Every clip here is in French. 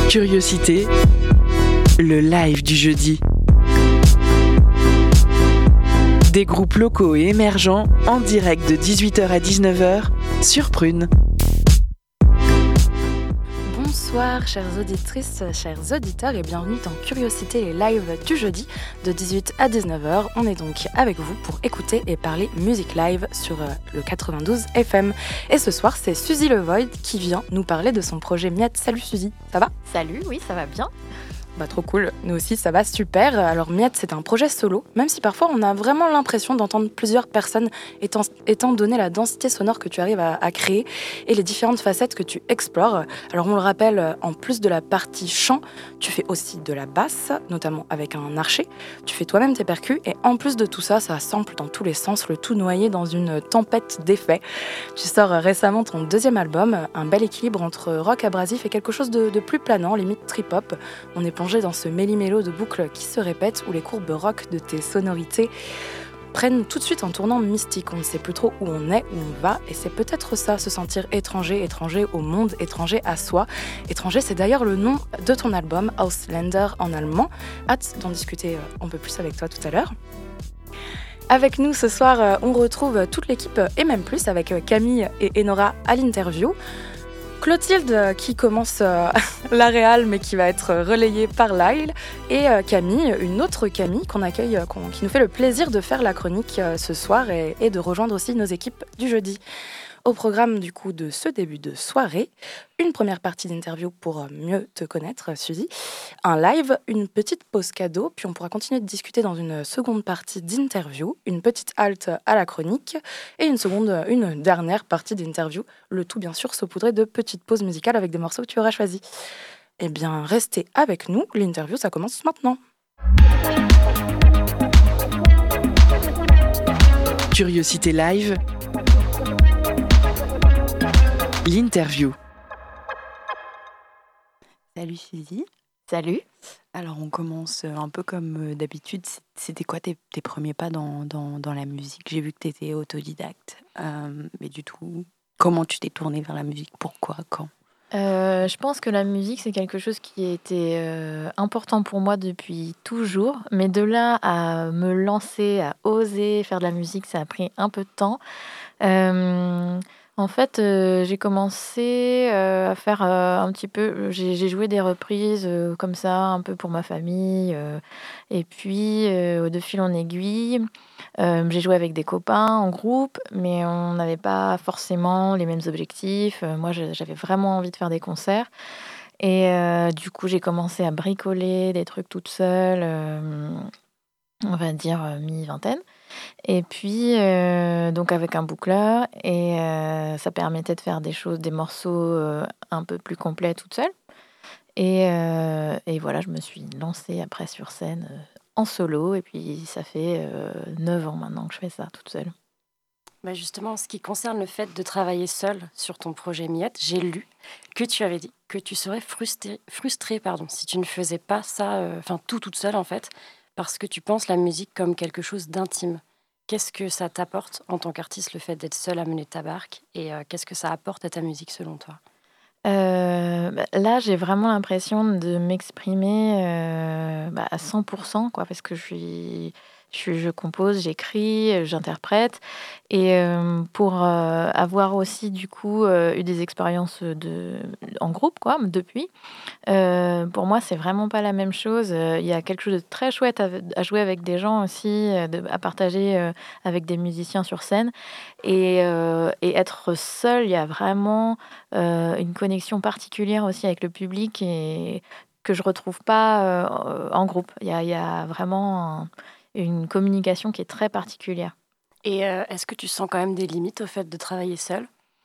Curiosité, le live du jeudi. Des groupes locaux et émergents en direct de 18h à 19h sur Prune. Bonsoir chères auditrices, chers auditeurs et bienvenue dans Curiosité les live du jeudi de 18 à 19h. On est donc avec vous pour écouter et parler musique live sur le 92 FM. Et ce soir c'est Suzy Levoid qui vient nous parler de son projet Miette. Salut Suzy, ça va ? Salut, oui ça va bien. Bah, trop cool, nous aussi ça va super. Alors Miette c'est un projet solo, même si parfois on a vraiment l'impression d'entendre plusieurs personnes étant donné la densité sonore que tu arrives à créer et les différentes facettes que tu explores. Alors on le rappelle, en plus de la partie chant, tu fais aussi de la basse, notamment avec un archet, tu fais toi-même tes percus et en plus de tout ça, ça sample dans tous les sens, le tout noyé dans une tempête d'effets. Tu sors récemment ton deuxième album, un bel équilibre entre rock abrasif et quelque chose de plus planant, limite trip-hop. On est plongé dans ce méli-mélo de boucles qui se répètent où les courbes rock de tes sonorités prennent tout de suite un tournant mystique. On ne sait plus trop où on est, où on va, et c'est peut-être ça, se sentir étranger au monde, étranger à soi. Étranger, c'est d'ailleurs le nom de ton album, Ausländer en allemand. Hâte d'en discuter un peu plus avec toi tout à l'heure. Avec nous ce soir, on retrouve toute l'équipe et même plus avec Camille et Enora à l'interview. Clotilde qui commence la réal mais qui va être relayée par Lyle et Camille, une autre Camille qu'on accueille, qui nous fait le plaisir de faire la chronique ce soir et de rejoindre aussi nos équipes du jeudi. Au programme du coup de ce début de soirée, une première partie d'interview pour mieux te connaître Suzy, un live, une petite pause cadeau, puis on pourra continuer de discuter dans une seconde partie d'interview, une petite halte à la chronique et une dernière partie d'interview, le tout bien sûr saupoudré de petites pauses musicales avec des morceaux que tu auras choisis. Eh bien restez avec nous, l'interview ça commence maintenant. Curiosité live, l'interview. Salut Suzy. Salut. Alors on commence un peu comme d'habitude. C'était quoi tes premiers pas dans la musique ? J'ai vu que tu étais autodidacte. Mais du tout, comment tu t'es tournée vers la musique ? Pourquoi ? Quand ? Je pense que la musique, c'est quelque chose qui a été important pour moi depuis toujours. Mais de là à me lancer, à oser faire de la musique, ça a pris un peu de temps. En fait, j'ai commencé à faire un petit peu... J'ai joué des reprises comme ça, un peu pour ma famille. Et puis, de fil en aiguille, j'ai joué avec des copains en groupe, mais on n'avait pas forcément les mêmes objectifs. Moi, j'avais vraiment envie de faire des concerts. Et du coup, j'ai commencé à bricoler des trucs toute seule, on va dire mi-vingtaine. Et puis, donc avec un boucleur, et ça permettait de faire des morceaux un peu plus complets toute seule. Et voilà, je me suis lancée après sur scène en solo, et puis ça fait 9 ans maintenant que je fais ça toute seule. Bah justement, en ce qui concerne le fait de travailler seule sur ton projet Miette, j'ai lu que tu avais dit que tu serais frustrée si tu ne faisais pas ça, toute seule en fait, parce que tu penses la musique comme quelque chose d'intime. Qu'est-ce que ça t'apporte en tant qu'artiste, le fait d'être seule à mener ta barque, et qu'est-ce que ça apporte à ta musique selon toi ? Là, j'ai vraiment l'impression de m'exprimer à 100%, quoi, parce que je compose, j'écris, j'interprète. Et pour avoir aussi, du coup, eu des expériences en groupe, quoi, depuis, pour moi, c'est vraiment pas la même chose. Il y a quelque chose de très chouette à jouer avec des gens aussi, à partager avec des musiciens sur scène. Et être seul, il y a vraiment une connexion particulière aussi avec le public et que je retrouve pas en groupe. Il y a vraiment une communication qui est très particulière. Et est-ce que tu sens quand même des limites au fait de travailler seule ?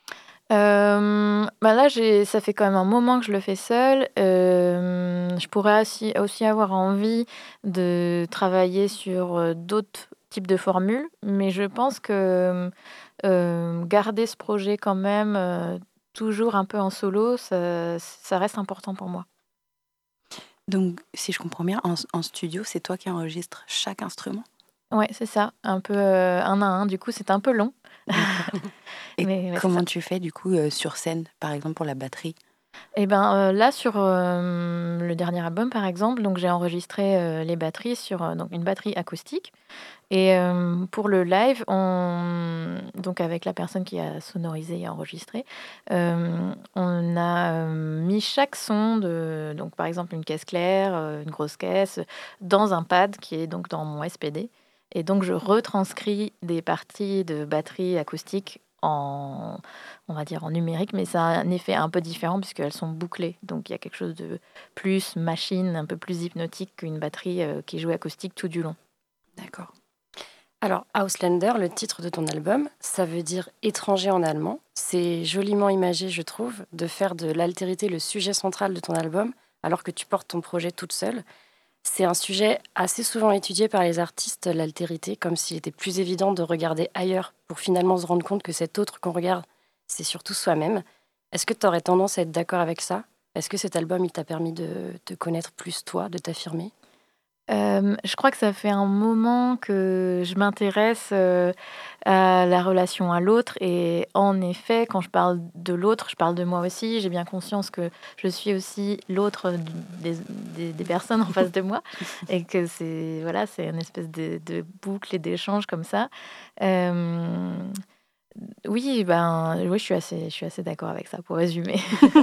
Là, ça fait quand même un moment que je le fais seule. Je pourrais aussi avoir envie de travailler sur d'autres types de formules, mais je pense que garder ce projet quand même toujours un peu en solo, ça reste important pour moi. Donc, si je comprends bien, en studio, c'est toi qui enregistres chaque instrument ? Ouais, c'est ça, un peu un à un. Du coup, c'est un peu long. Et Mais ouais, comment tu fais, du coup, sur scène, par exemple, pour la batterie ? Et ben là, sur le dernier album, par exemple, donc j'ai enregistré les batteries sur donc une batterie acoustique. Et pour le live, donc avec la personne qui a sonorisé et enregistré, on a mis chaque son, donc par exemple une caisse claire, une grosse caisse, dans un pad qui est donc dans mon SPD. Et donc je retranscris des parties de batterie acoustique on va dire en numérique, mais ça a un effet un peu différent puisqu'elles sont bouclées. Donc il y a quelque chose de plus machine, un peu plus hypnotique qu'une batterie qui joue acoustique tout du long. D'accord. Alors, Auslander, le titre de ton album, ça veut dire étranger en allemand. C'est joliment imagé, je trouve, de faire de l'altérité le sujet central de ton album, alors que tu portes ton projet toute seule. C'est un sujet assez souvent étudié par les artistes, l'altérité, comme s'il était plus évident de regarder ailleurs pour finalement se rendre compte que cet autre qu'on regarde, c'est surtout soi-même. Est-ce que tu aurais tendance à être d'accord avec ça? Est-ce que cet album, il t'a permis de te connaître plus toi, de t'affirmer? Je crois que ça fait un moment que je m'intéresse, à la relation à l'autre et en effet, quand je parle de l'autre, je parle de moi aussi. J'ai bien conscience que je suis aussi l'autre des personnes en face de moi et que c'est voilà, c'est une espèce de boucle et d'échange comme ça. Hem, oui, ben, oui, je suis assez d'accord avec ça pour résumer.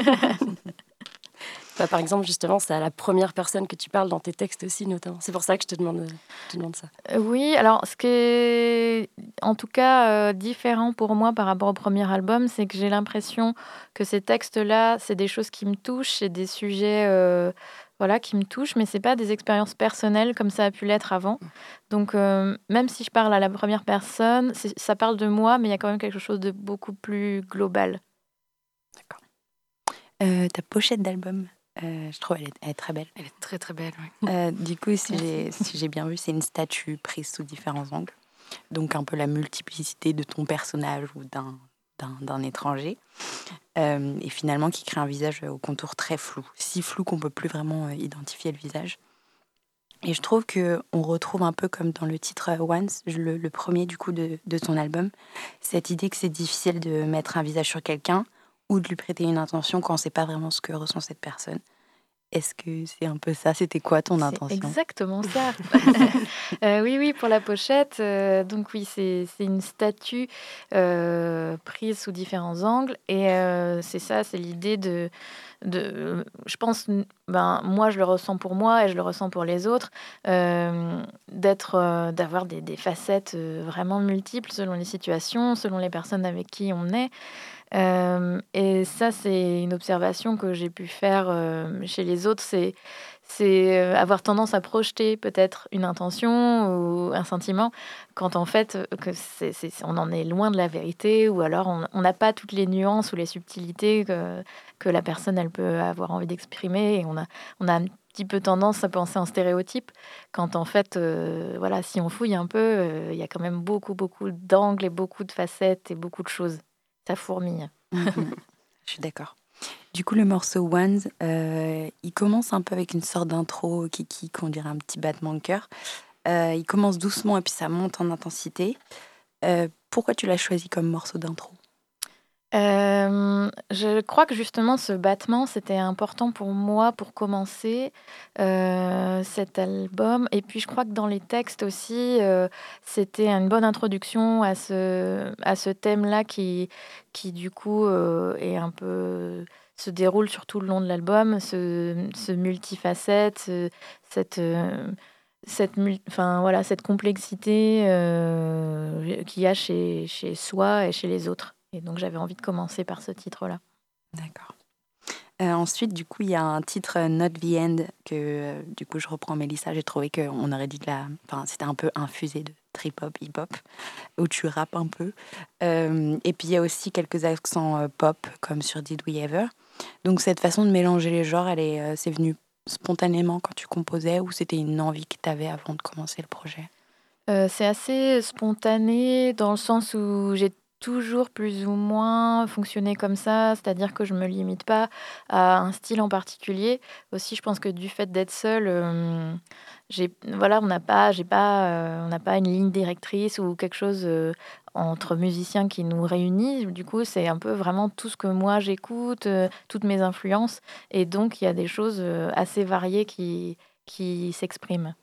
Bah, par exemple, justement, c'est à la première personne que tu parles dans tes textes aussi, notamment. C'est pour ça que je te demande ça. Oui, alors ce qui est en tout cas, différent pour moi par rapport au premier album, c'est que j'ai l'impression que ces textes-là, c'est des choses qui me touchent, c'est des sujets, voilà, qui me touchent, mais c'est pas des expériences personnelles comme ça a pu l'être avant. Donc, même si je parle à la première personne, ça parle de moi, mais il y a quand même quelque chose de beaucoup plus global. D'accord. Ta pochette d'album, je trouve elle est très belle. Elle est très très belle, ouais. Du coup, si j'ai bien vu, c'est une statue prise sous différents angles. Donc un peu la multiplicité de ton personnage ou d'un étranger. Et finalement qui crée un visage au contour très flou. Si flou qu'on peut plus vraiment identifier le visage. Et je trouve qu'on retrouve un peu comme dans le titre Once, le premier du coup de ton album, cette idée que c'est difficile de mettre un visage sur quelqu'un ou de lui prêter une intention quand on ne sait pas vraiment ce que ressent cette personne. Est-ce que c'est un peu ça? C'était quoi ton C'est intention? exactement ça. Oui, oui, pour la pochette, donc oui, c'est une statue, prise sous différents angles et c'est ça, c'est l'idée je pense, ben, moi, je le ressens pour moi et je le ressens pour les autres, d'avoir des facettes, vraiment multiples selon les situations, selon les personnes avec qui on est. Et ça, c'est une observation que j'ai pu faire, chez les autres. Avoir tendance à projeter peut-être une intention ou un sentiment quand en fait, que on en est loin de la vérité ou alors on n'a pas toutes les nuances ou les subtilités que la personne, elle peut avoir envie d'exprimer et on a un petit peu tendance à penser en stéréotype quand en fait, voilà, si on fouille un peu, il y a quand même beaucoup, beaucoup d'angles et beaucoup de facettes et beaucoup de choses. Ça fourmille. Je suis d'accord. Du coup, le morceau Ones, il commence un peu avec une sorte d'intro qu'on dirait un petit battement de cœur. Il commence doucement et puis ça monte en intensité. Pourquoi tu l'as choisi comme morceau d'intro? Je crois que justement ce battement, c'était important pour moi pour commencer, cet album et puis je crois que dans les textes aussi, c'était une bonne introduction à ce thème-là qui du coup, est un peu se déroule sur tout le long de l'album, ce multifacette, enfin voilà, cette complexité, qu'il y a chez soi et chez les autres. Et donc j'avais envie de commencer par ce titre-là. D'accord. Ensuite, du coup, il y a un titre Not the End que, du coup, je reprends Mélissa. J'ai trouvé qu'on aurait dit enfin, c'était un peu infusé de trip-hop, hip-hop, où tu rappes un peu. Et puis, il y a aussi quelques accents pop, comme sur Did We Ever. Donc, cette façon de mélanger les genres, c'est venu spontanément quand tu composais ou c'était une envie que tu avais avant de commencer le projet? C'est assez spontané dans le sens où j'ai toujours plus ou moins fonctionné comme ça, c'est-à-dire que je me limite pas à un style en particulier. Aussi, je pense que du fait d'être seule, on n'a pas une ligne directrice ou quelque chose entre musiciens qui nous réunit. Du coup, c'est un peu vraiment tout ce que moi j'écoute, toutes mes influences, et donc il y a des choses assez variées qui s'expriment.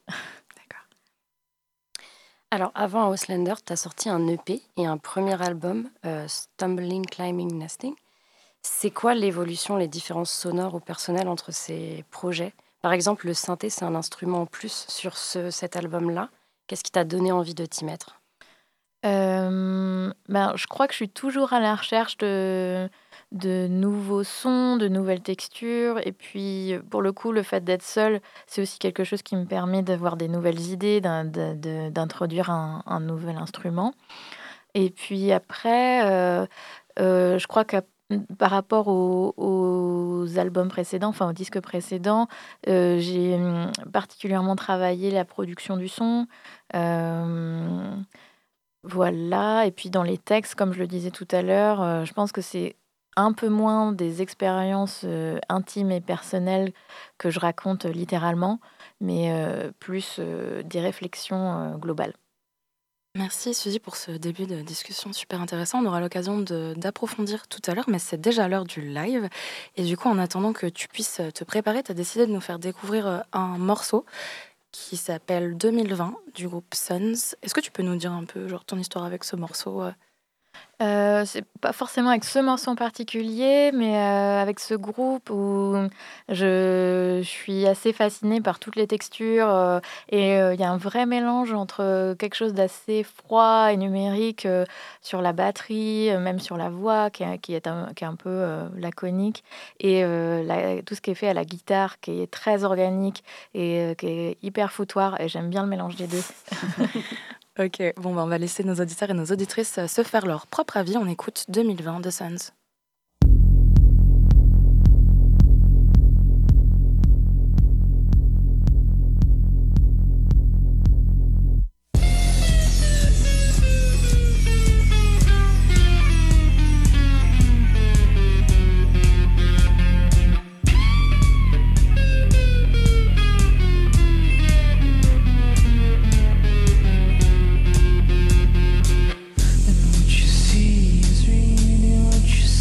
Alors, avant Auslander, tu as sorti un EP et un premier album, Stumbling, Climbing, Nesting. C'est quoi l'évolution, les différences sonores ou personnelles entre ces projets? Par exemple, le synthé, c'est un instrument en plus sur cet album-là. Qu'est-ce qui t'a donné envie de t'y mettre? Je crois que je suis toujours à la recherche de nouveaux sons, de nouvelles textures. Et puis, pour le coup, le fait d'être seule, c'est aussi quelque chose qui me permet d'avoir des nouvelles idées, d'introduire un nouvel instrument. Et puis après, je crois que par rapport aux albums précédents, enfin aux disques précédents, j'ai particulièrement travaillé la production du son. Euh, voilà, et puis dans les textes, comme je le disais tout à l'heure, je pense que c'est un peu moins des expériences intimes et personnelles que je raconte littéralement, mais plus des réflexions globales. Merci Suzy pour ce début de discussion super intéressant. On aura l'occasion d'approfondir tout à l'heure, mais c'est déjà l'heure du live. Et du coup, en attendant que tu puisses te préparer, tu as décidé de nous faire découvrir un morceau qui s'appelle 2020 du groupe Sons. Est-ce que tu peux nous dire un peu ton histoire avec ce morceau? C'est pas forcément avec ce morceau en particulier, mais avec ce groupe où je suis assez fascinée par toutes les textures, et il y a un vrai mélange entre quelque chose d'assez froid et numérique sur la batterie, même sur la voix qui est un peu laconique, et tout ce qui est fait à la guitare qui est très organique et qui est hyper foutoir, et j'aime bien le mélange des deux. Ok, on va laisser nos auditeurs et nos auditrices se faire leur propre avis. On écoute 2020 de Sons. What you see is really what you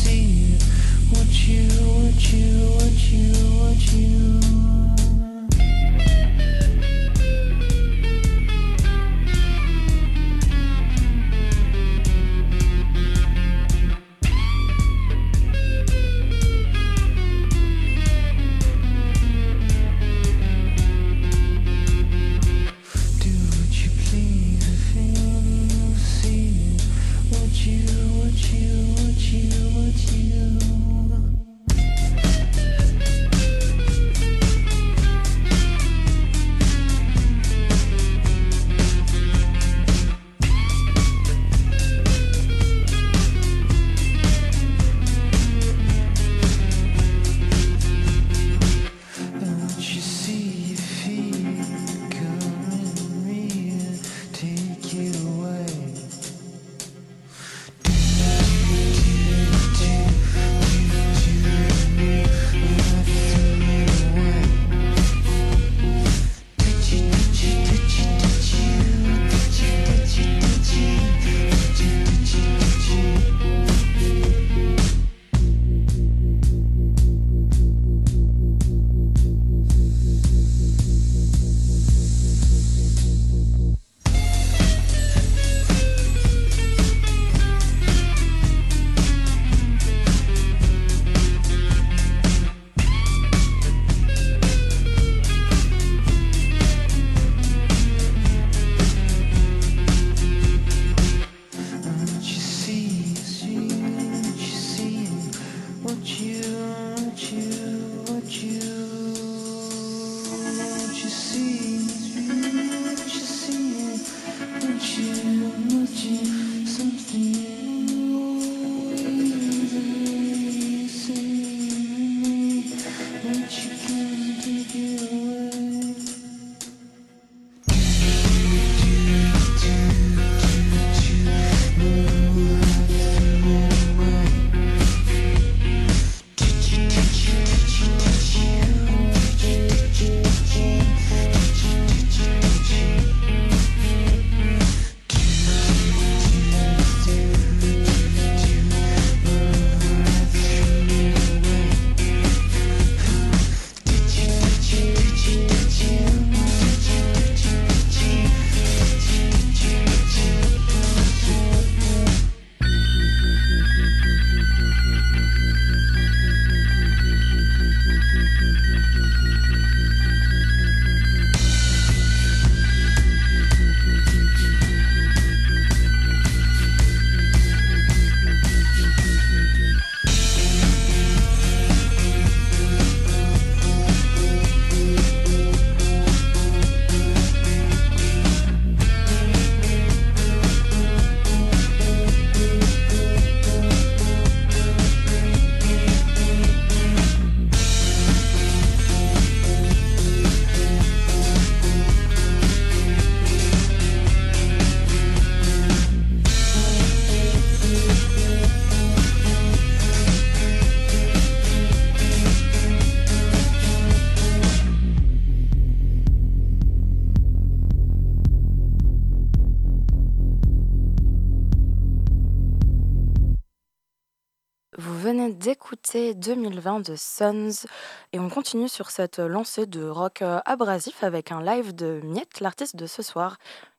Vous venez d'écouter 2020 de Sons et on continue sur cette lancée de rock abrasif avec un live de Miette, l'artiste de ce soir.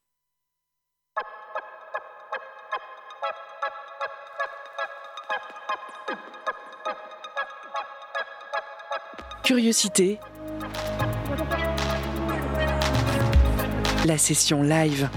Curiosité. La session live.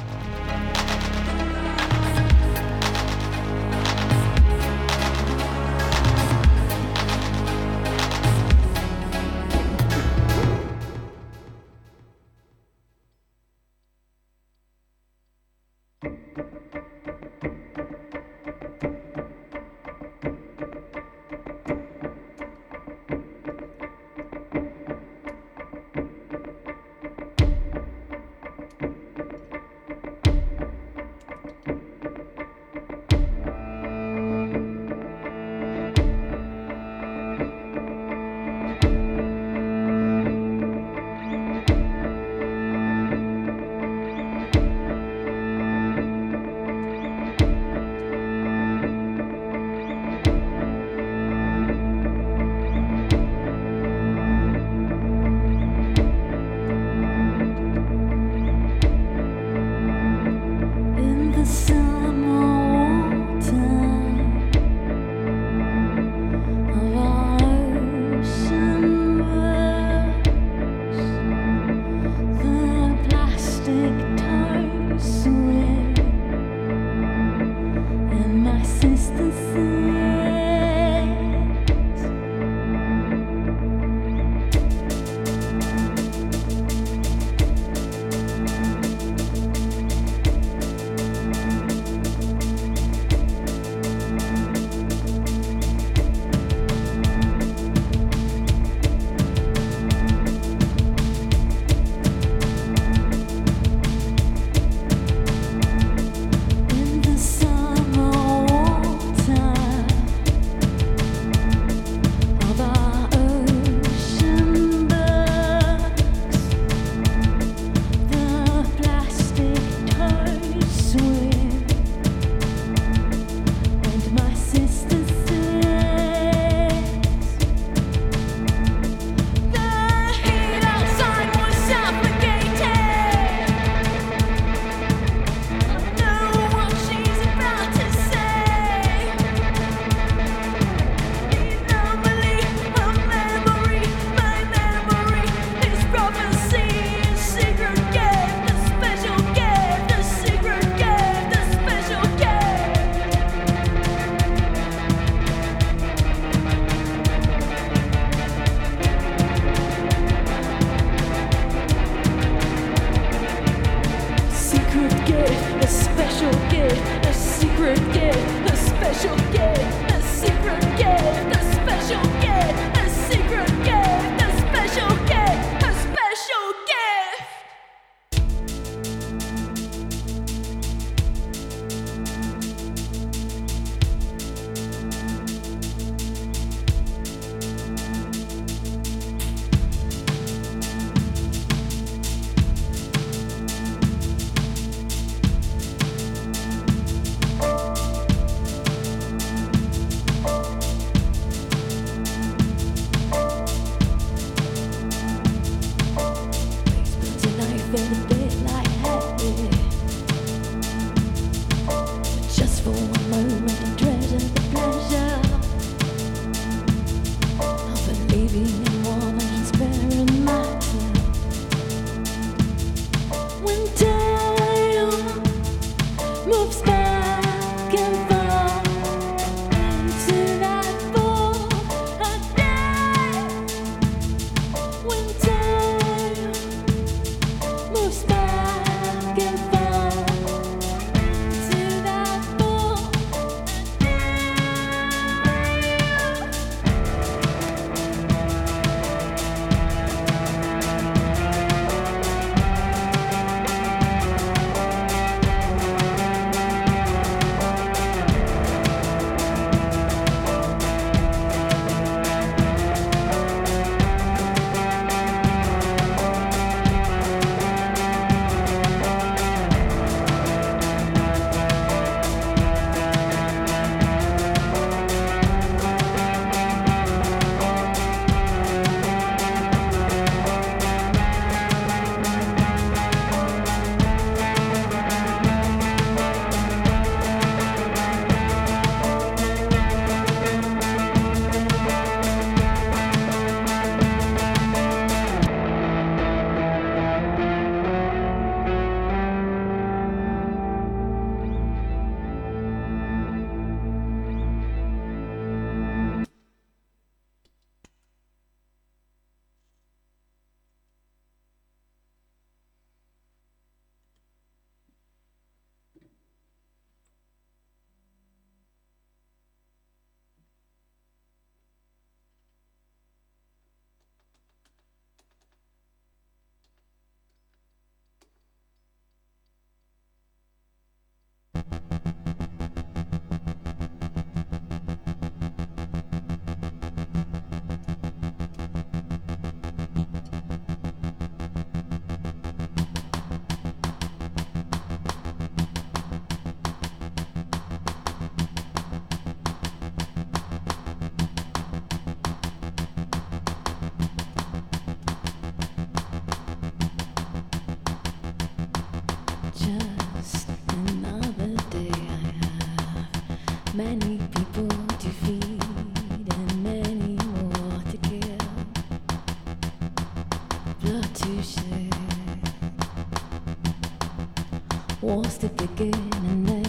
what's the beginning and end?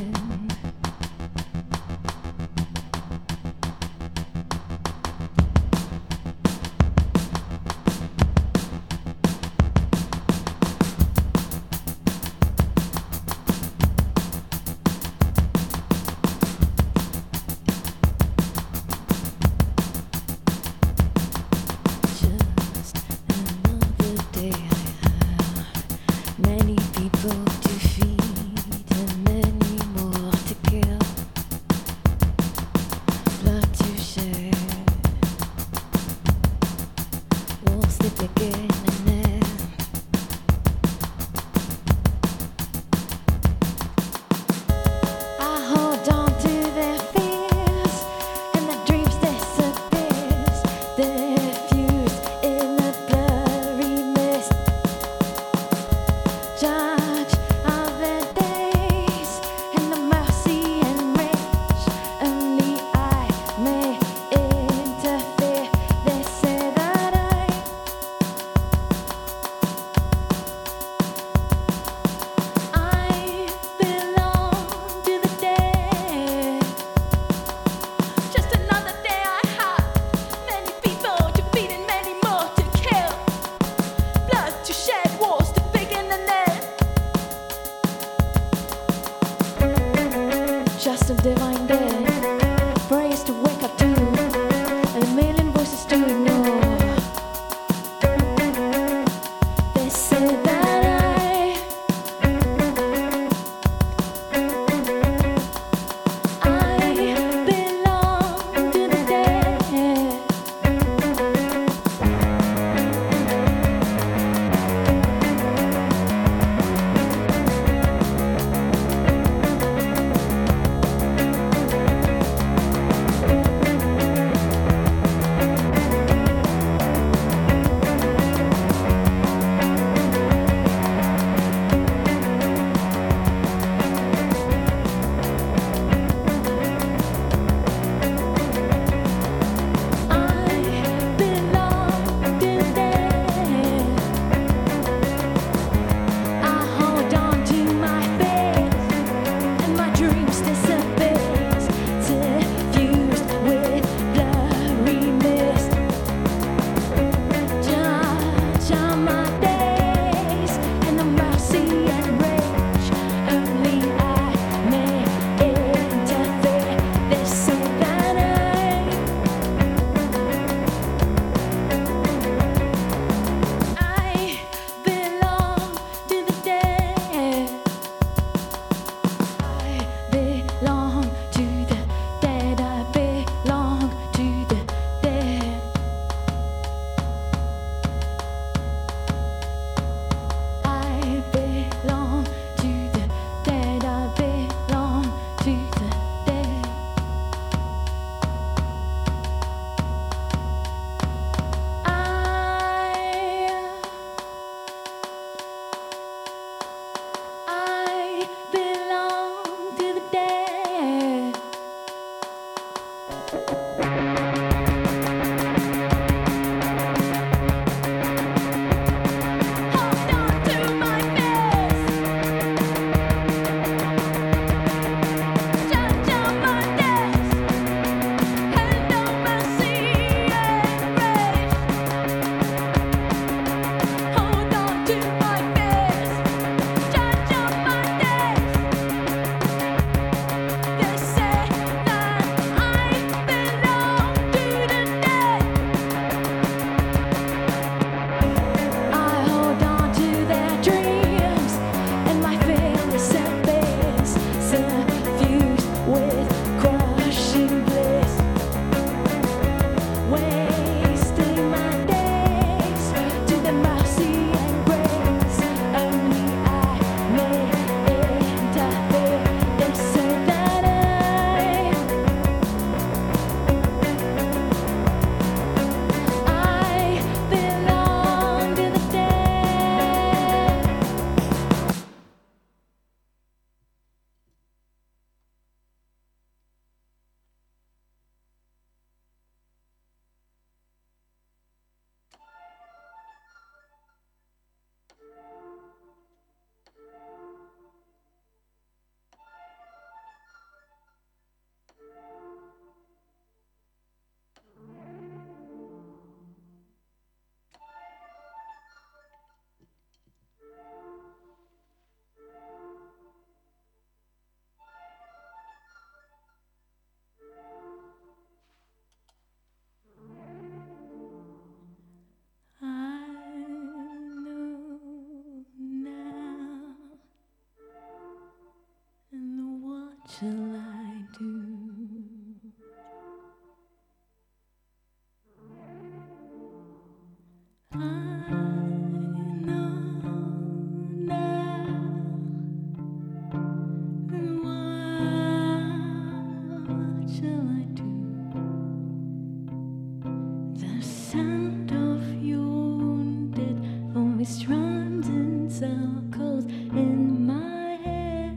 Many people to feed and many shall I do? I know now, and what shall I do? The sound of your wounded voice runs in circles in my head.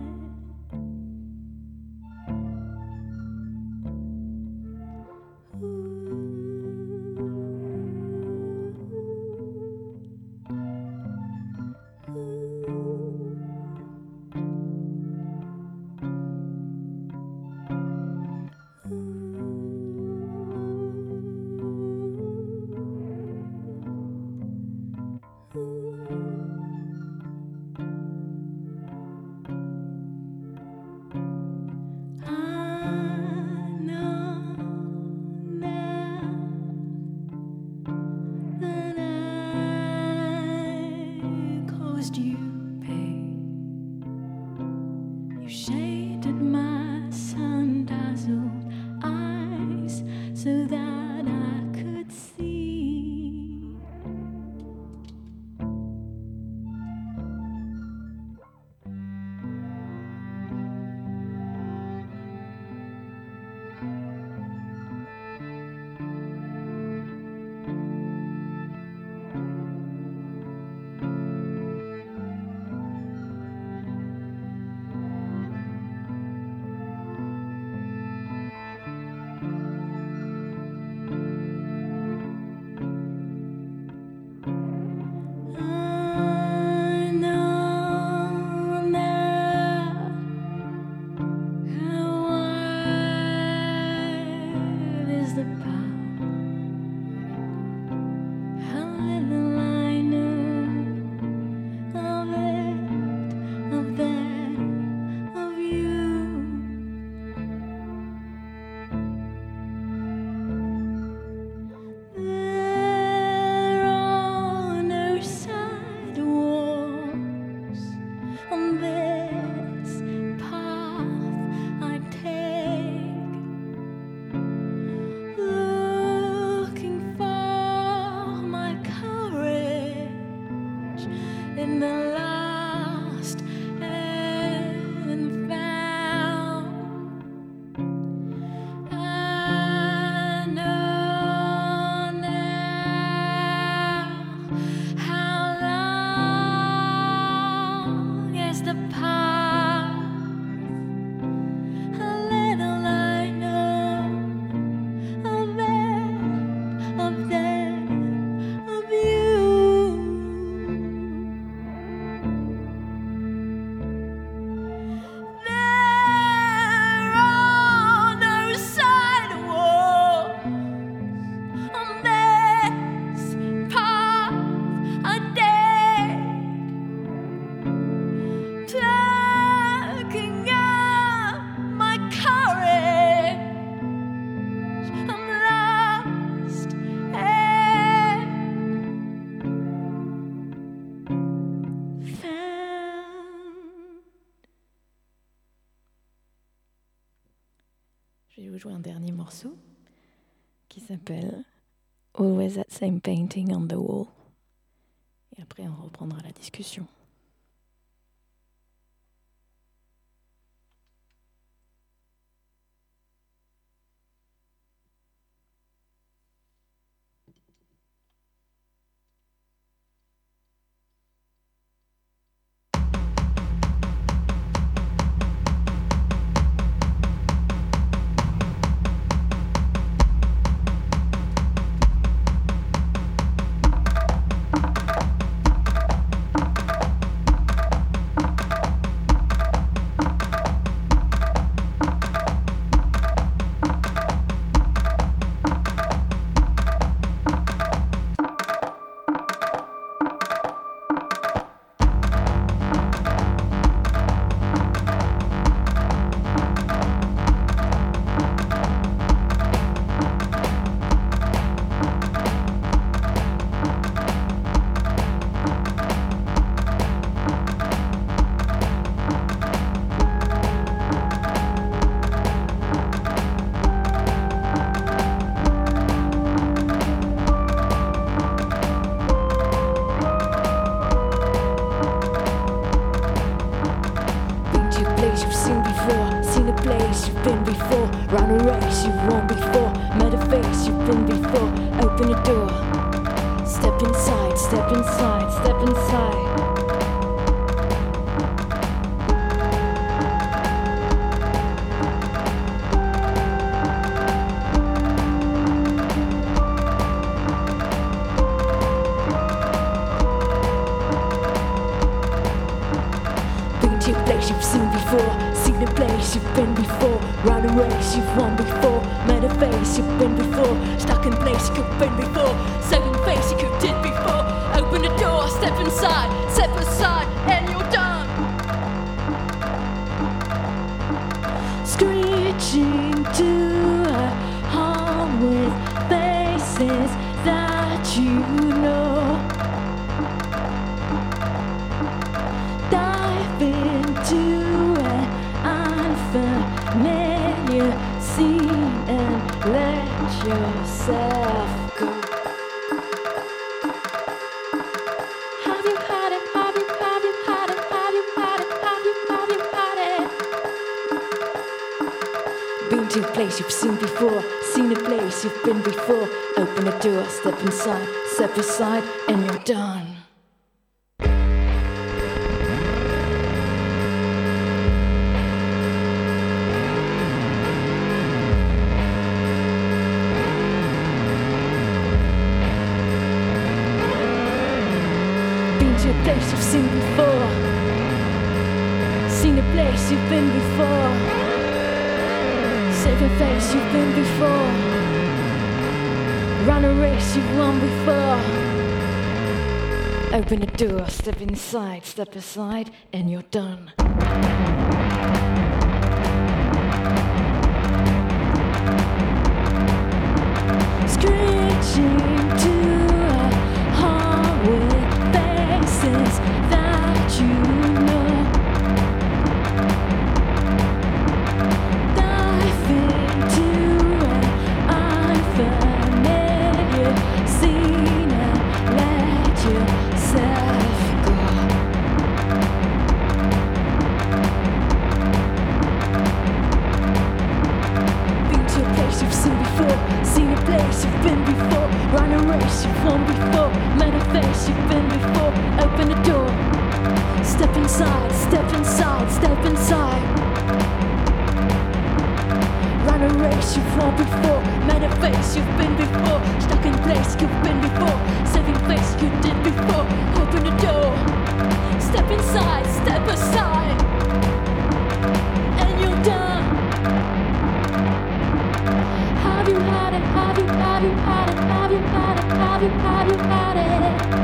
Je vais vous jouer un dernier morceau qui s'appelle Always That Same Painting on the Wall. Et après, on reprendra la discussion. you've been before. Open the door. Step inside, step inside, step inside. Been to a place you've seen before, seen a place you've been before, run a race you've won before, met a face you've been before, stuck in place you've been before, second face you did before. Open the door, step inside, step aside, and you're done. Screeching to a home with faces that you know. Dive into an unfamiliar scene and let yourself go. Have you had it? Have you had it? Have you had it? Have you had it? Been to a place you've seen before, seen a place you've been before. Open the door, step inside, step aside, and you're done. A place you've seen before, seen a place you've been before, save a face you've been before, run a race you've won before. Open the door, step inside, step aside, and you're done. Screeching to a hallway that you know. Dive into an unfamiliar scene and let yourself go. Been to a place you've seen before, seen a place you've been before, run a race you've won before, met a face you've been before. Open the door, step inside, step inside, step inside. Run a race you've won before, met a face you've been before, stuck in place you've been before, saving face you did before. Open the door, step inside, step aside, and you're done. Have you had it? Have you had it? Have you had it? Have you had it? Had it?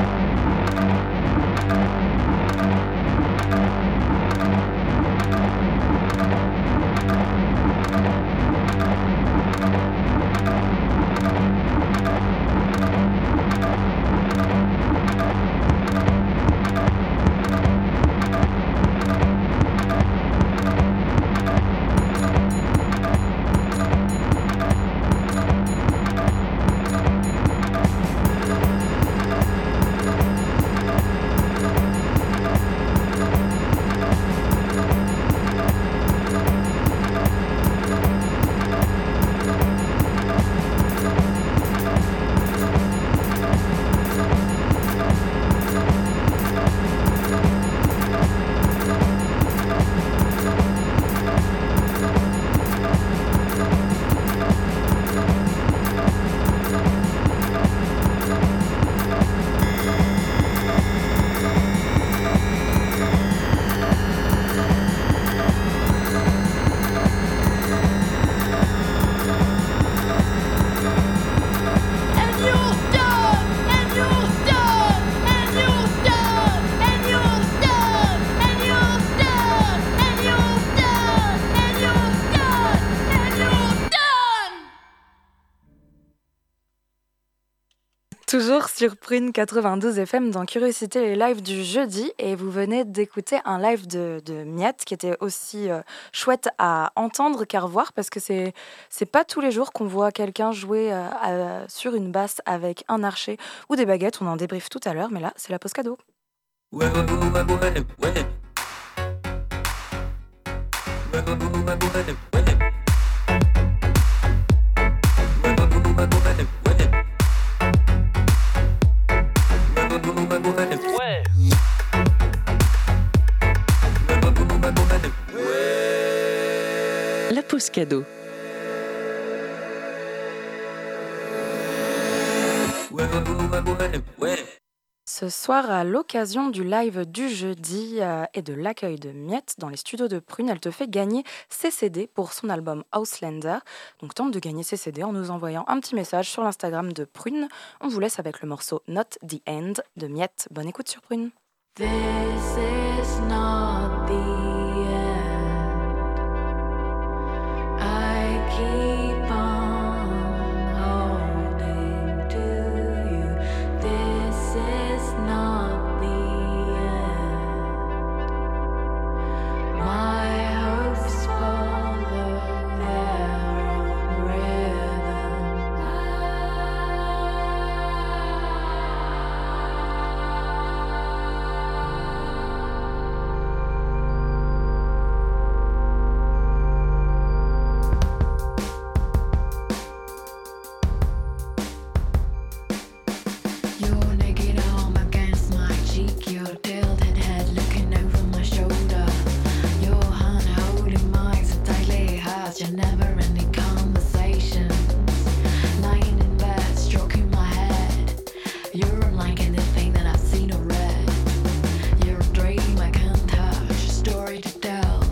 Toujours sur Prune 92 FM dans Curiosité les lives du jeudi, et vous venez d'écouter un live de Miette qui était aussi chouette à entendre qu'à revoir, parce que c'est pas tous les jours qu'on voit quelqu'un jouer sur une basse avec un archet ou des baguettes. On en débriefe tout à l'heure, mais là c'est la pause cadeau. Ouais. La pause cadeau. Ce soir, à l'occasion du live du jeudi et de l'accueil de Miette dans les studios de Prune, elle te fait gagner ses CD pour son album Auslander. Donc tente de gagner ses CD en nous envoyant un petit message sur l'Instagram de Prune. On vous laisse avec le morceau Not the End de Miette. Bonne écoute sur Prune. This is not the end. I keep on holding to you. This is not the end. My hopes follow their own rhythm. Your naked arm against my cheek, your tilted head looking over my shoulder. Your hand holding mine so tightly hurts your never-ending conversations. Lying in bed, stroking my head. You're unlike anything that I've seen or read. You're a dream I can't touch, a story to tell.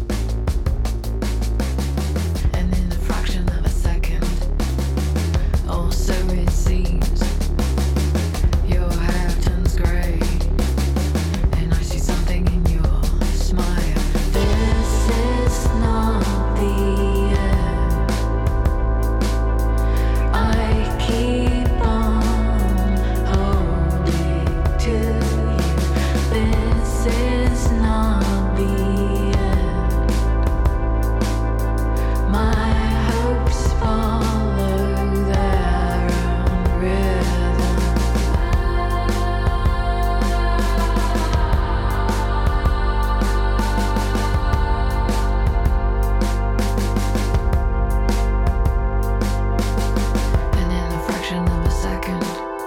And in a fraction of a second, or so it seems, your hair turns grey, and I see something in your smile. This is not the end. I keep on holding to you. This is not the end. My hopes follow their own rhythm. And in a fraction of a second,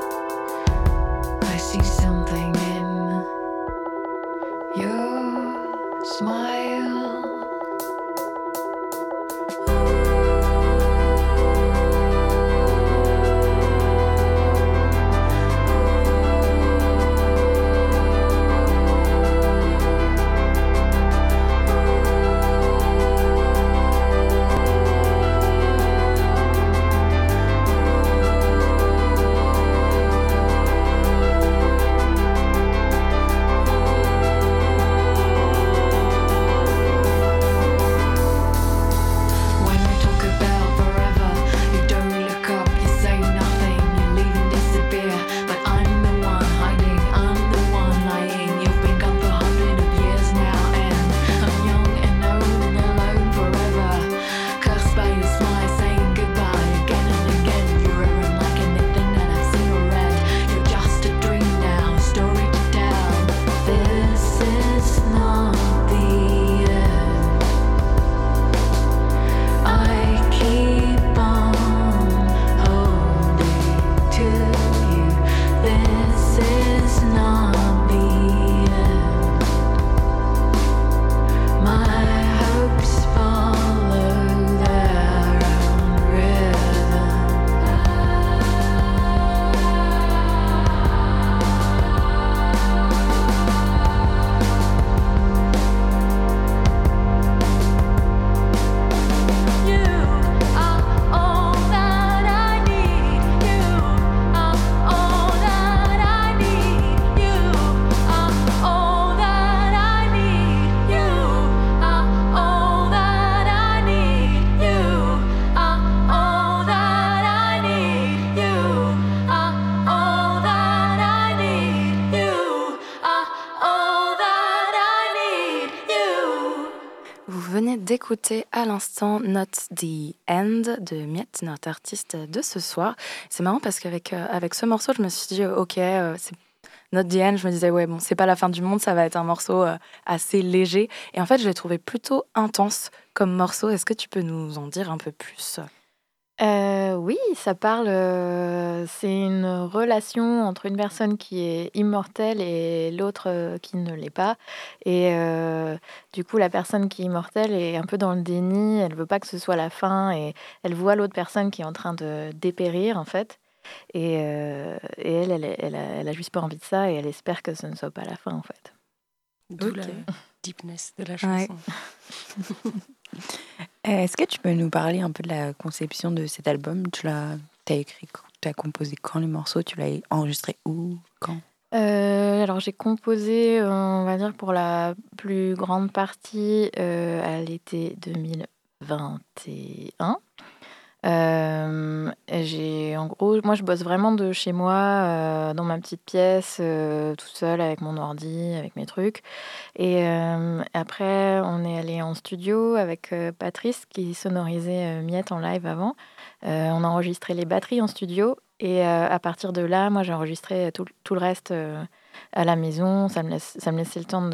I see something in your smile. When we talk about forever, you don't look up, you say nothing, you leave and disappear. But I'm the one hiding, I'm the one lying. You've been gone for hundreds of years now, and I'm young and old and alone forever. Cursed by your smile, saying goodbye again and again. You're unlike anything that I've seen or read. You're just a dream now, a story to tell. This is not the end. I keep on holding to you. This is not the end. My hopes follow their own rhythm. You are all that I need. You are all that I need. You are all that I need. You are all that I need. You are all that I need. You are all that I need. You are all that I need. You. Vous venez d'écouter à l'instant Not the End de Miette, notre artiste de ce soir. C'est marrant parce qu'avec avec ce morceau, je me suis dit, ok, c'est Not the End. Je me disais, ouais, bon, c'est pas la fin du monde, ça va être un morceau assez léger. Et en fait, je l'ai trouvé plutôt intense comme morceau. Est-ce que tu peux nous en dire un peu plus ? Oui, ça parle. C'est une relation entre une personne qui est immortelle et l'autre qui ne l'est pas. Et du coup, la personne qui est immortelle est un peu dans le déni. Elle veut pas que ce soit la fin et elle voit l'autre personne qui est en train de dépérir en fait. Et elle a juste pas envie de ça et elle espère que ce ne soit pas la fin en fait. D'où Ok. la deepness de la Ouais. chanson. Est-ce que tu peux nous parler un peu de la conception de cet album? T'as écrit, t'as composé quand les morceaux? Tu l'as enregistré où? Quand? Alors j'ai composé, on va dire pour la plus grande partie, à l'été 2021. En gros, moi je bosse vraiment de chez moi, dans ma petite pièce, toute seule avec mon ordi, avec mes trucs. Et après, on est allé en studio avec Patrice qui sonorisait Miette en live avant. On a enregistré les batteries en studio et à partir de là, moi j'ai enregistré tout le reste à la maison. Ça me laissait le temps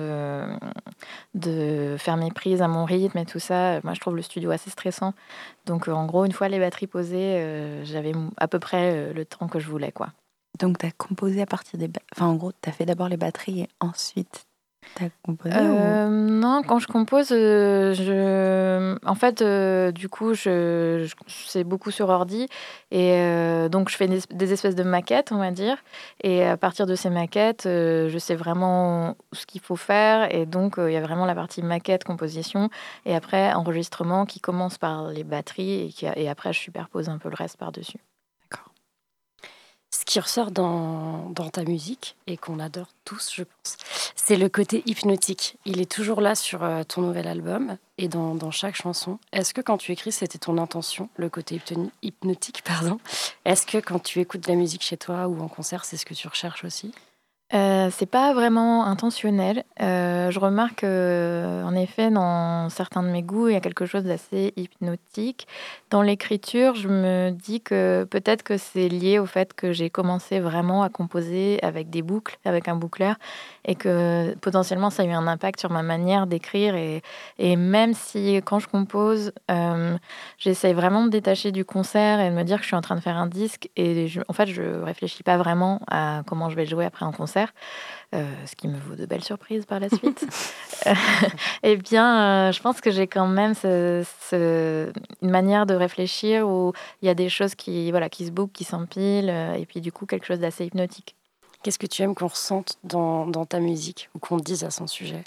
de faire mes prises à mon rythme et tout ça. Moi je trouve le studio assez stressant. Donc en gros, une fois les batteries posées, j'avais à peu près le temps que je voulais, quoi. Donc, t'as composé à partir des... Enfin, en gros, t'as fait d'abord les batteries et ensuite t'as composé Non, quand je compose, en fait, du coup, c'est beaucoup sur ordi et donc je fais des espèces de maquettes, on va dire. Et à partir de ces maquettes, je sais vraiment ce qu'il faut faire et donc il y a vraiment la partie maquette, composition et après enregistrement qui commence par les batteries et après je superpose un peu le reste par-dessus. Ce qui ressort dans ta musique et qu'on adore tous, je pense, c'est le côté hypnotique. Il est toujours là sur ton nouvel album et dans chaque chanson. Est-ce que quand tu écris, c'était ton intention, le côté hypnotique, pardon? Est-ce que quand tu écoutes de la musique chez toi ou en concert, c'est ce que tu recherches aussi? C'est pas vraiment intentionnel. Je remarque, en effet, dans certains de mes goûts, il y a quelque chose d'assez hypnotique. Dans l'écriture, je me dis que peut-être que c'est lié au fait que j'ai commencé vraiment à composer avec des boucles, avec un boucleur et que potentiellement ça a eu un impact sur ma manière d'écrire et même si quand je compose, j'essaye vraiment de me détacher du concert et de me dire que je suis en train de faire un disque et en fait, je réfléchis pas vraiment à comment je vais le jouer après en concert, ce qui me vaut de belles surprises par la suite. Eh bien, je pense que j'ai quand même une manière de réfléchir où il y a des choses qui se bouclent, qui s'empilent, et puis du coup, quelque chose d'assez hypnotique. Qu'est-ce que tu aimes qu'on ressente dans ta musique ou qu'on te dise à son sujet?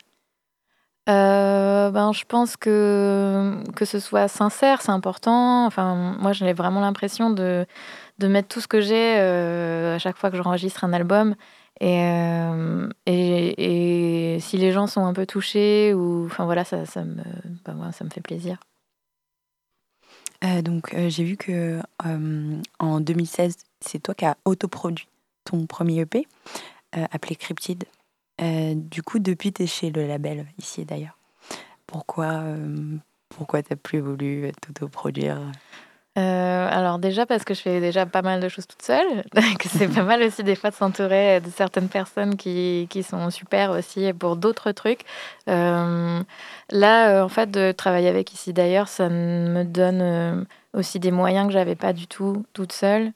Je pense que ce soit sincère, c'est important. Enfin, moi, j'ai vraiment l'impression de mettre tout ce que j'ai à chaque fois que j'enregistre un album. Et si les gens sont un peu touchés, ou, enfin, voilà, moi, ça me fait plaisir. Donc, j'ai vu que en 2016, c'est toi qui as autoproduit ton premier EP, appelé Cryptid. Du coup, depuis, tu es chez le label, ici d'ailleurs. Pourquoi t'as plus voulu t'autoproduire? Alors déjà parce que je fais déjà pas mal de choses toute seule, que c'est pas mal aussi des fois de s'entourer de certaines personnes qui sont super aussi pour d'autres trucs. Là, en fait, de travailler avec Ici d'ailleurs, ça me donne aussi des moyens que j'avais pas du tout toute seule.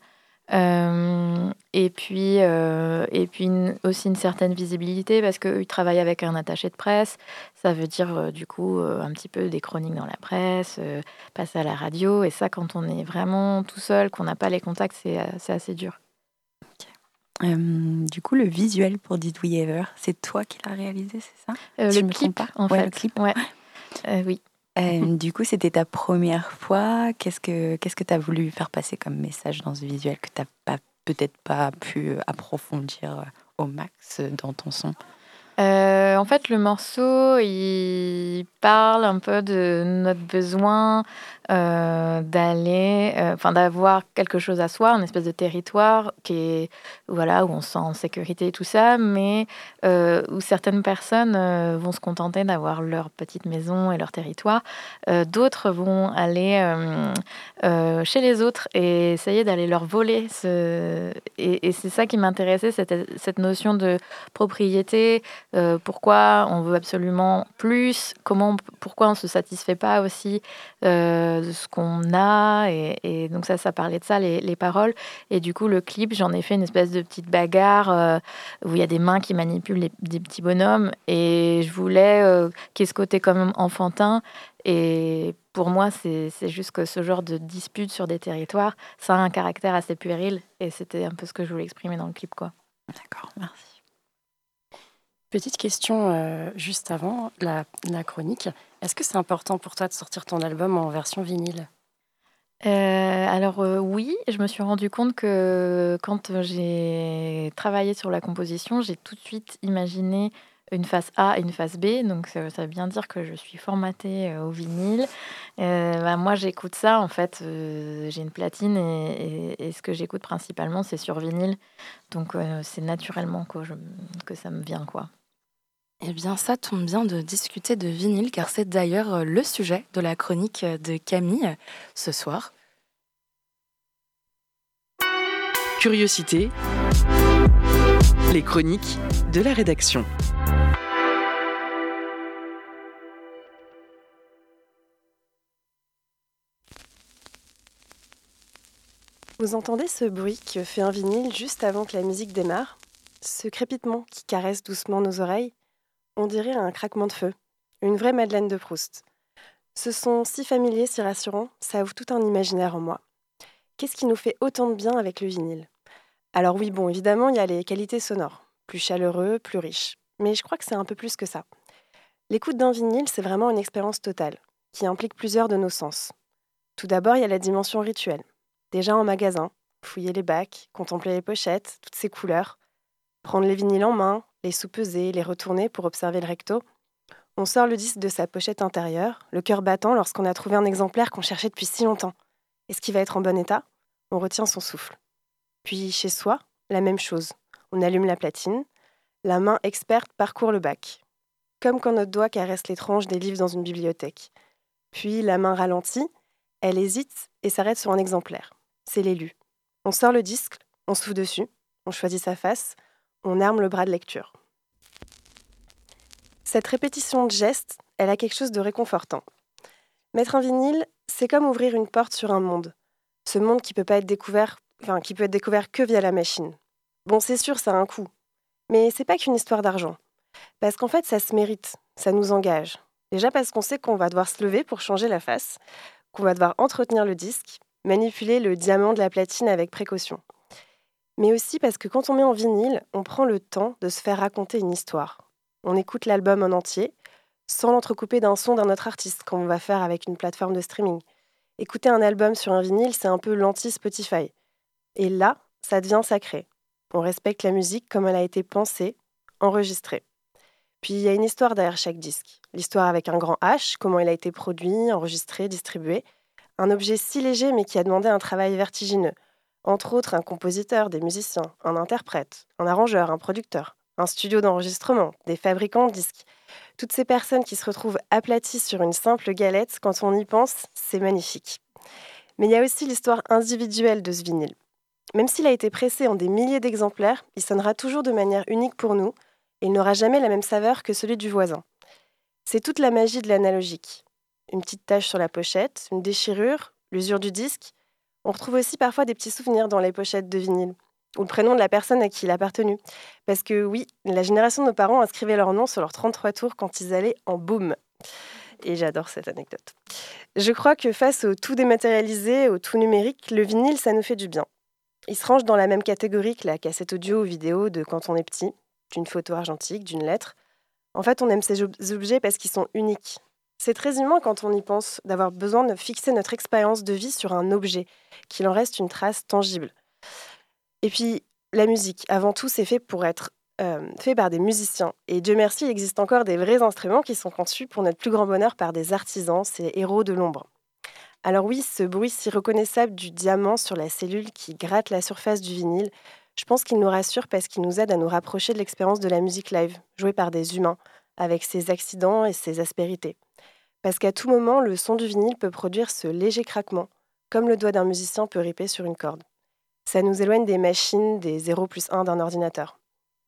Et puis aussi une certaine visibilité parce qu'eux, ils travaillent avec un attaché de presse. Ça veut dire, du coup, un petit peu des chroniques dans la presse, passer à la radio. Et ça, quand on est vraiment tout seul, qu'on n'a pas les contacts, c'est assez dur. Du coup, le visuel pour Did We Ever, c'est toi qui l'as réalisé, c'est ça? Le clip, en fait. Le clip. Ouais. Oui. Du coup, c'était ta première fois. Qu'est-ce que tu as voulu faire passer comme message dans ce visuel que tu n'as peut-être pas pu approfondir au max dans ton son? En fait, le morceau, il parle un peu de notre besoin d'avoir quelque chose à soi, une espèce de territoire où on se sent en sécurité et tout ça, mais où certaines personnes vont se contenter d'avoir leur petite maison et leur territoire. D'autres vont aller chez les autres et essayer d'aller leur voler. Et c'est ça qui m'intéressait, cette notion de propriété, pourquoi on veut absolument plus, pourquoi on ne se satisfait pas aussi de ce qu'on a. Et donc ça parlait de ça, les paroles. Et du coup, le clip, j'en ai fait une espèce de petite bagarre où il y a des mains qui manipulent des petits bonhommes. Et je voulais qu'il y ait ce côté quand même enfantin. Et pour moi, c'est juste que ce genre de dispute sur des territoires, ça a un caractère assez puéril. Et c'était un peu ce que je voulais exprimer dans le clip, quoi. D'accord, merci. Petite question juste avant la chronique. Est-ce que c'est important pour toi de sortir ton album en version vinyle ? Alors oui, je me suis rendu compte que quand j'ai travaillé sur la composition, j'ai tout de suite imaginé une face A et une face B. Donc ça veut bien dire que je suis formatée au vinyle. Moi, j'écoute ça, en fait. J'ai une platine et ce que j'écoute principalement, c'est sur vinyle. Donc c'est naturellement que ça me vient, quoi. Eh bien, ça tombe bien de discuter de vinyle, car c'est d'ailleurs le sujet de la chronique de Camille ce soir. Curiosité, les chroniques de la rédaction. Vous entendez ce bruit que fait un vinyle juste avant que la musique démarre ? Ce crépitement qui caresse doucement nos oreilles ? On dirait un craquement de feu, une vraie Madeleine de Proust. Ce son si familier, si rassurant, ça ouvre tout un imaginaire en moi. Qu'est-ce qui nous fait autant de bien avec le vinyle ? Alors oui, bon, évidemment, il y a les qualités sonores, plus chaleureux, plus riches. Mais je crois que c'est un peu plus que ça. L'écoute d'un vinyle, c'est vraiment une expérience totale, qui implique plusieurs de nos sens. Tout d'abord, il y a la dimension rituelle. Déjà en magasin, fouiller les bacs, contempler les pochettes, toutes ces couleurs, prendre les vinyles en main, les sous-peser, les retourner pour observer le recto. On sort le disque de sa pochette intérieure, le cœur battant lorsqu'on a trouvé un exemplaire qu'on cherchait depuis si longtemps. Est-ce qu'il va être en bon état ? On retient son souffle. Puis chez soi, la même chose. On allume la platine, la main experte parcourt le bac. Comme quand notre doigt caresse les tranches des livres dans une bibliothèque. Puis la main ralentit, elle hésite et s'arrête sur un exemplaire. C'est l'élu. On sort le disque, on souffle dessus, on choisit sa face, on arme le bras de lecture. Cette répétition de gestes, elle a quelque chose de réconfortant. Mettre un vinyle, c'est comme ouvrir une porte sur un monde. Ce monde qui peut être découvert que via la machine. Bon, c'est sûr, ça a un coût. Mais c'est pas qu'une histoire d'argent. Parce qu'en fait, ça se mérite, ça nous engage. Déjà parce qu'on sait qu'on va devoir se lever pour changer la face, qu'on va devoir entretenir le disque, manipuler le diamant de la platine avec précaution. Mais aussi parce que quand on met en vinyle, on prend le temps de se faire raconter une histoire. On écoute l'album en entier, sans l'entrecouper d'un son d'un autre artiste, comme on va faire avec une plateforme de streaming. Écouter un album sur un vinyle, c'est un peu l'anti-Spotify. Et là, ça devient sacré. On respecte la musique comme elle a été pensée, enregistrée. Puis il y a une histoire derrière chaque disque. L'histoire avec un grand H, comment il a été produit, enregistré, distribué. Un objet si léger mais qui a demandé un travail vertigineux. Entre autres, un compositeur, des musiciens, un interprète, un arrangeur, un producteur, un studio d'enregistrement, des fabricants de disques. Toutes ces personnes qui se retrouvent aplaties sur une simple galette, quand on y pense, c'est magnifique. Mais il y a aussi l'histoire individuelle de ce vinyle. Même s'il a été pressé en des milliers d'exemplaires, il sonnera toujours de manière unique pour nous et il n'aura jamais la même saveur que celui du voisin. C'est toute la magie de l'analogique. Une petite tache sur la pochette, une déchirure, l'usure du disque. On retrouve aussi parfois des petits souvenirs dans les pochettes de vinyle, ou le prénom de la personne à qui il a appartenu. Parce que oui, la génération de nos parents inscrivait leur nom sur leurs 33 tours quand ils allaient en boom. Et j'adore cette anecdote. Je crois que face au tout dématérialisé, au tout numérique, le vinyle, ça nous fait du bien. Il se range dans la même catégorie que la cassette audio ou vidéo de quand on est petit, d'une photo argentique, d'une lettre. En fait, on aime ces objets parce qu'ils sont uniques. C'est très humain quand on y pense, d'avoir besoin de fixer notre expérience de vie sur un objet, qu'il en reste une trace tangible. Et puis, la musique, avant tout, c'est fait pour être fait par des musiciens. Et Dieu merci, il existe encore des vrais instruments qui sont conçus pour notre plus grand bonheur par des artisans, ces héros de l'ombre. Alors oui, ce bruit si reconnaissable du diamant sur la cellule qui gratte la surface du vinyle, je pense qu'il nous rassure parce qu'il nous aide à nous rapprocher de l'expérience de la musique live, jouée par des humains, avec ses accidents et ses aspérités. Parce qu'à tout moment, le son du vinyle peut produire ce léger craquement, comme le doigt d'un musicien peut ripper sur une corde. Ça nous éloigne des machines, des 0 plus 1 d'un ordinateur.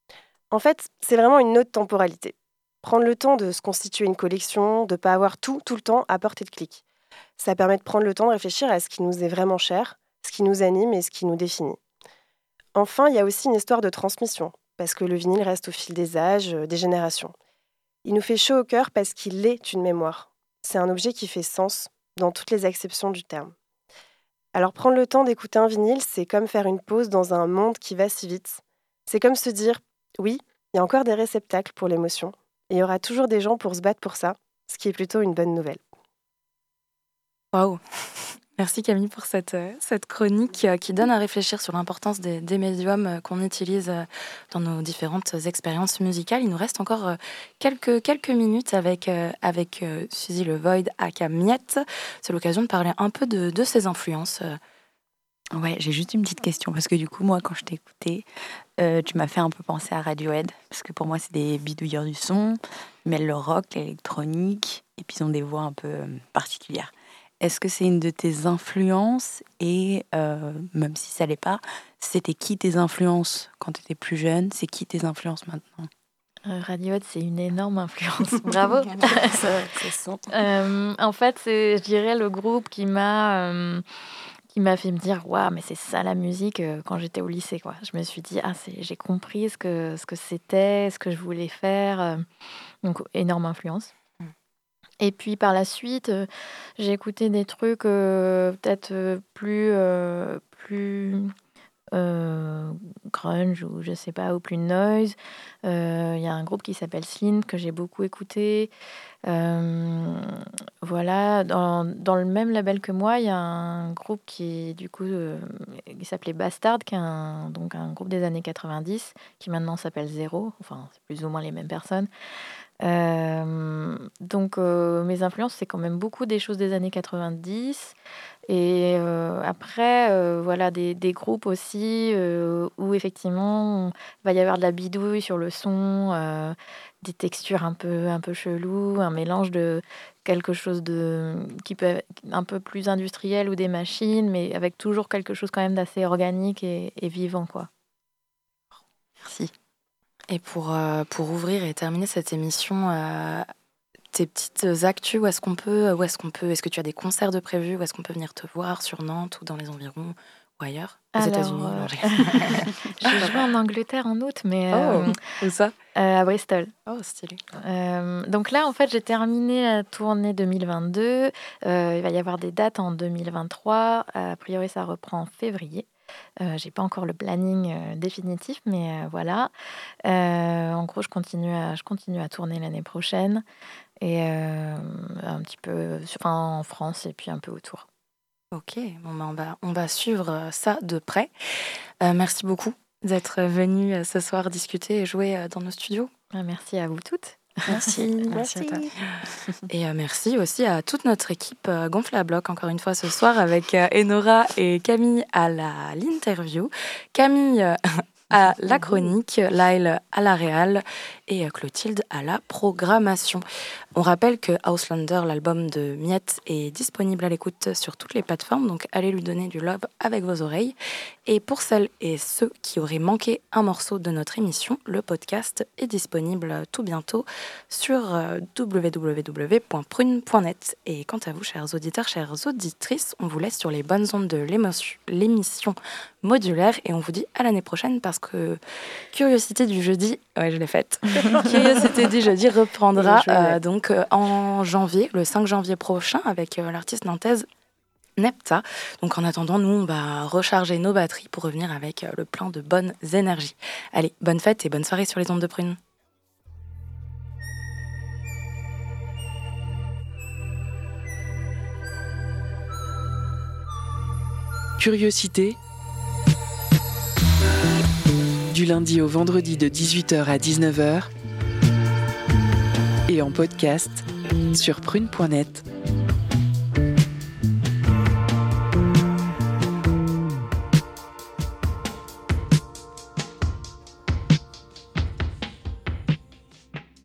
En fait, c'est vraiment une autre temporalité. Prendre le temps de se constituer une collection, de ne pas avoir tout le temps à portée de clic. Ça permet de prendre le temps de réfléchir à ce qui nous est vraiment cher, ce qui nous anime et ce qui nous définit. Enfin, il y a aussi une histoire de transmission, parce que le vinyle reste au fil des âges, des générations. Il nous fait chaud au cœur parce qu'il est une mémoire. C'est un objet qui fait sens dans toutes les acceptions du terme. Alors prendre le temps d'écouter un vinyle, c'est comme faire une pause dans un monde qui va si vite. C'est comme se dire, oui, il y a encore des réceptacles pour l'émotion, et il y aura toujours des gens pour se battre pour ça, ce qui est plutôt une bonne nouvelle. Waouh! Merci Camille pour cette chronique qui donne à réfléchir sur l'importance des médiums qu'on utilise dans nos différentes expériences musicales. Il nous reste encore quelques minutes avec Suzy Le Void aka Miette. C'est l'occasion de parler un peu de ses influences. Ouais, j'ai juste une petite question parce que du coup, moi, quand je t'ai écouté, tu m'as fait un peu penser à Radiohead parce que pour moi, c'est des bidouilleurs du son, ils mêlent le rock, l'électronique et puis ils ont des voix un peu particulières. Est-ce que c'est une de tes influences et même si ça l'est pas, c'était qui tes influences quand tu étais plus jeune? C'est qui tes influences maintenant? Radiohead, c'est une énorme influence. Bravo. C'est son. En fait, c'est, je dirais, le groupe qui m'a fait me dire waouh, mais c'est ça la musique quand j'étais au lycée, quoi. Je me suis dit j'ai compris ce que c'était, ce que je voulais faire. Donc énorme influence. Et puis par la suite, j'ai écouté des trucs peut-être plus grunge ou je sais pas, ou plus noise. Il y a un groupe qui s'appelle Slint que j'ai beaucoup écouté. Voilà, dans le même label que moi, il y a un groupe qui du coup qui s'appelait Bastard, qui est un groupe des années 90 qui maintenant s'appelle Zero. Enfin, c'est plus ou moins les mêmes personnes. Donc mes influences, c'est quand même beaucoup des choses des années 90 et après voilà des groupes aussi où effectivement il va y avoir de la bidouille sur le son, des textures un peu chelou, un mélange de quelque chose qui peut être un peu plus industriel ou des machines, mais avec toujours quelque chose quand même d'assez organique et vivant, quoi. Merci. Et pour ouvrir et terminer cette émission, tes petites actus, est-ce que tu as des concerts de prévus, où est-ce qu'on peut venir te voir sur Nantes ou dans les environs ou ailleurs, aux États-Unis? J'ai joué en Angleterre en août, mais où ça? À Bristol. Oh, stylé. Donc là, en fait, j'ai terminé la tournée 2022. Il va y avoir des dates en 2023. A priori, ça reprend en février. J'ai pas encore le planning définitif, mais voilà. En gros, je continue à tourner l'année prochaine et un petit peu en France et puis un peu autour. Ok, bon, on va suivre ça de près. Merci beaucoup d'être venue ce soir discuter et jouer dans nos studios. Merci à vous toutes. Merci à toi. Et merci aussi à toute notre équipe Gonfle à bloc, encore une fois ce soir, avec Enora et Camille à l'interview, Camille à la chronique, Lyle à la réal et Clotilde à la programmation. On rappelle que Auslander, l'album de Miette, est disponible à l'écoute sur toutes les plateformes, donc allez lui donner du love avec vos oreilles. Et pour celles et ceux qui auraient manqué un morceau de notre émission, le podcast est disponible tout bientôt sur www.prune.net. Et quant à vous, chers auditeurs, chères auditrices, on vous laisse sur les bonnes ondes de l'émission modulaire et on vous dit à l'année prochaine parce que Curiosité du jeudi, ouais, je l'ai faite. Curiosité du jeudi reprendra donc en janvier, le 5 janvier prochain, avec l'artiste nantaise Nepta. Donc en attendant, nous, on va recharger nos batteries pour revenir avec le plein de bonnes énergies. Allez, bonne fête et bonne soirée sur les ondes de Prune. Curiosité. Du lundi au vendredi de 18h à 19h et en podcast sur prune.net.